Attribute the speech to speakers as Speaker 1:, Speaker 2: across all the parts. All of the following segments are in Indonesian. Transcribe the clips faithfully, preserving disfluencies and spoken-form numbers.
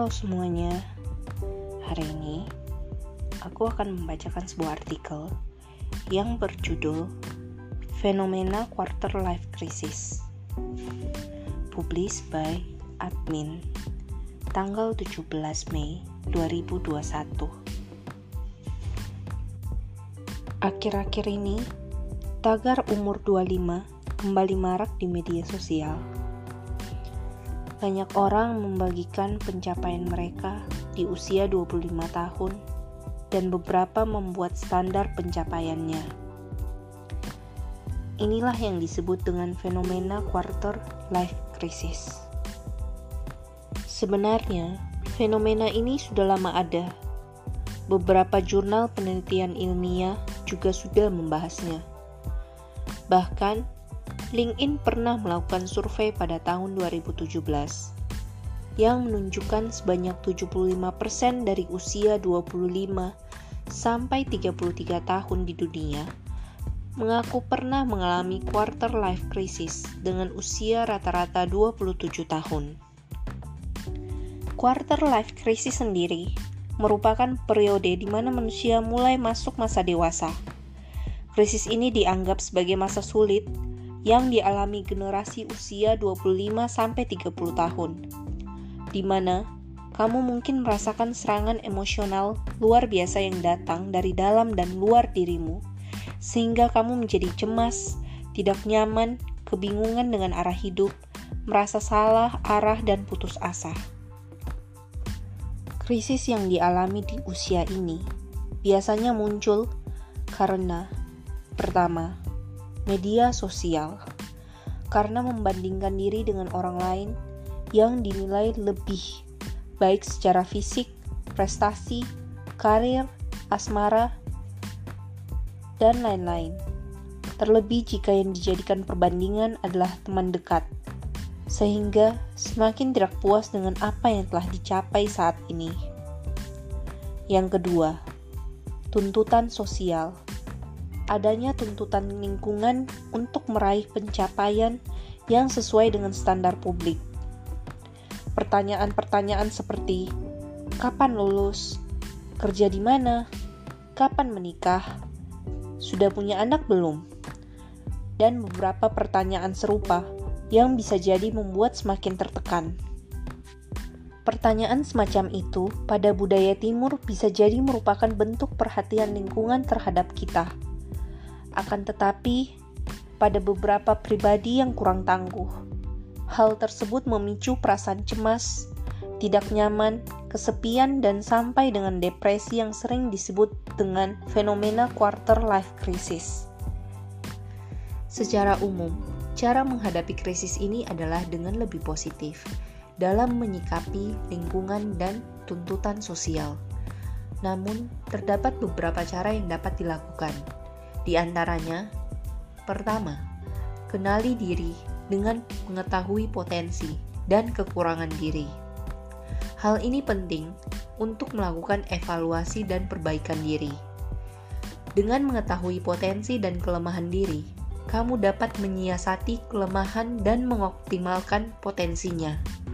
Speaker 1: Halo semuanya, hari ini aku akan membacakan sebuah artikel yang berjudul Fenomena Quarter Life Crisis, published by Admin, tanggal tujuh belas Mei dua ribu dua puluh satu. Akhir-akhir ini, tagar umur dua puluh lima kembali marak di media sosial. Banyak orang membagikan pencapaian mereka di usia dua puluh lima tahun dan beberapa membuat standar pencapaiannya. Inilah yang disebut dengan fenomena quarter life crisis. Sebenarnya, fenomena ini sudah lama ada. Beberapa jurnal penelitian ilmiah juga sudah membahasnya. Bahkan, LinkedIn pernah melakukan survei pada tahun dua ribu tujuh belas yang menunjukkan sebanyak tujuh puluh lima persen dari usia dua puluh lima sampai tiga puluh tiga tahun di dunia mengaku pernah mengalami quarter life crisis dengan usia rata-rata dua puluh tujuh tahun. Quarter life crisis sendiri merupakan periode di mana manusia mulai masuk masa dewasa. Krisis ini dianggap sebagai masa sulit yang dialami generasi usia dua puluh lima sampai tiga puluh tahun, di mana kamu mungkin merasakan serangan emosional luar biasa yang datang dari dalam dan luar dirimu, sehingga kamu menjadi cemas, tidak nyaman, kebingungan dengan arah hidup, merasa salah arah dan putus asa. Krisis yang dialami di usia ini biasanya muncul karena pertama, media sosial, karena membandingkan diri dengan orang lain yang dinilai lebih baik secara fisik, prestasi, karir, asmara, dan lain-lain. Terlebih jika yang dijadikan perbandingan adalah teman dekat, sehingga semakin tidak puas dengan apa yang telah dicapai saat ini. Yang kedua, tuntutan sosial. Adanya tuntutan lingkungan untuk meraih pencapaian yang sesuai dengan standar publik. Pertanyaan-pertanyaan seperti, kapan lulus? Kerja di mana? Kapan menikah? Sudah punya anak belum? Dan beberapa pertanyaan serupa yang bisa jadi membuat semakin tertekan. Pertanyaan semacam itu pada budaya timur bisa jadi merupakan bentuk perhatian lingkungan terhadap kita. Akan tetapi, pada beberapa pribadi yang kurang tangguh, hal tersebut memicu perasaan cemas, tidak nyaman, kesepian, dan sampai dengan depresi yang sering disebut dengan fenomena quarter life crisis. Secara umum, cara menghadapi krisis ini adalah dengan lebih positif dalam menyikapi lingkungan dan tuntutan sosial. Namun, terdapat beberapa cara yang dapat dilakukan. Di antaranya, pertama, kenali diri dengan mengetahui potensi dan kekurangan diri. Hal ini penting untuk melakukan evaluasi dan perbaikan diri. Dengan mengetahui potensi dan kelemahan diri, kamu dapat menyiasati kelemahan dan mengoptimalkan potensinya.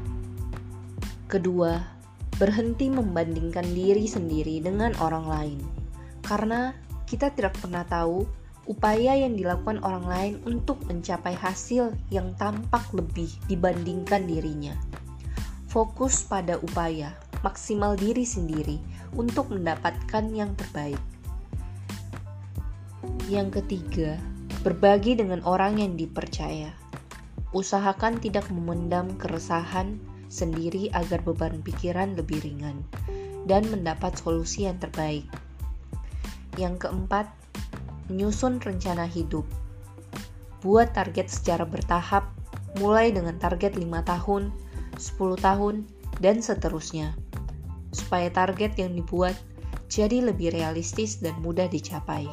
Speaker 1: Kedua, berhenti membandingkan diri sendiri dengan orang lain, karena kita tidak pernah tahu upaya yang dilakukan orang lain untuk mencapai hasil yang tampak lebih dibandingkan dirinya. Fokus pada upaya, maksimal diri sendiri untuk mendapatkan yang terbaik. Yang ketiga, berbagi dengan orang yang dipercaya. Usahakan tidak memendam keresahan sendiri agar beban pikiran lebih ringan dan mendapat solusi yang terbaik. Yang keempat, menyusun rencana hidup. Buat target secara bertahap, mulai dengan target lima tahun, sepuluh tahun, dan seterusnya, supaya target yang dibuat jadi lebih realistis dan mudah dicapai.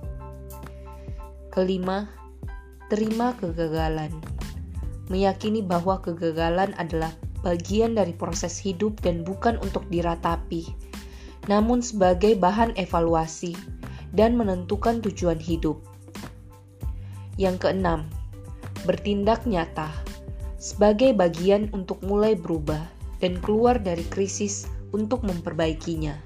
Speaker 1: Kelima, terima kegagalan. Meyakini bahwa kegagalan adalah bagian dari proses hidup dan bukan untuk diratapi, namun sebagai bahan evaluasi dan menentukan tujuan hidup. Yang keenam, bertindak nyata sebagai bagian untuk mulai berubah dan keluar dari krisis untuk memperbaikinya.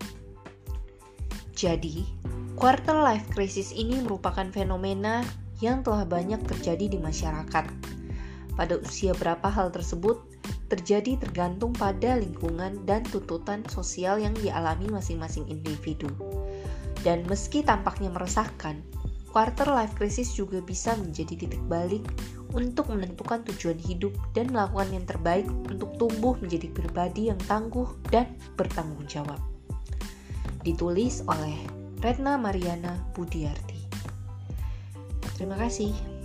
Speaker 1: Jadi, quarter life crisis ini merupakan fenomena yang telah banyak terjadi di masyarakat. Pada usia berapa hal tersebut terjadi tergantung pada lingkungan dan tuntutan sosial yang dialami masing-masing individu. Dan meski tampaknya meresahkan, quarter life crisis juga bisa menjadi titik balik untuk menentukan tujuan hidup dan melakukan yang terbaik untuk tumbuh menjadi pribadi yang tangguh dan bertanggung jawab. Ditulis oleh Retna Mariana Budiarti. Terima kasih.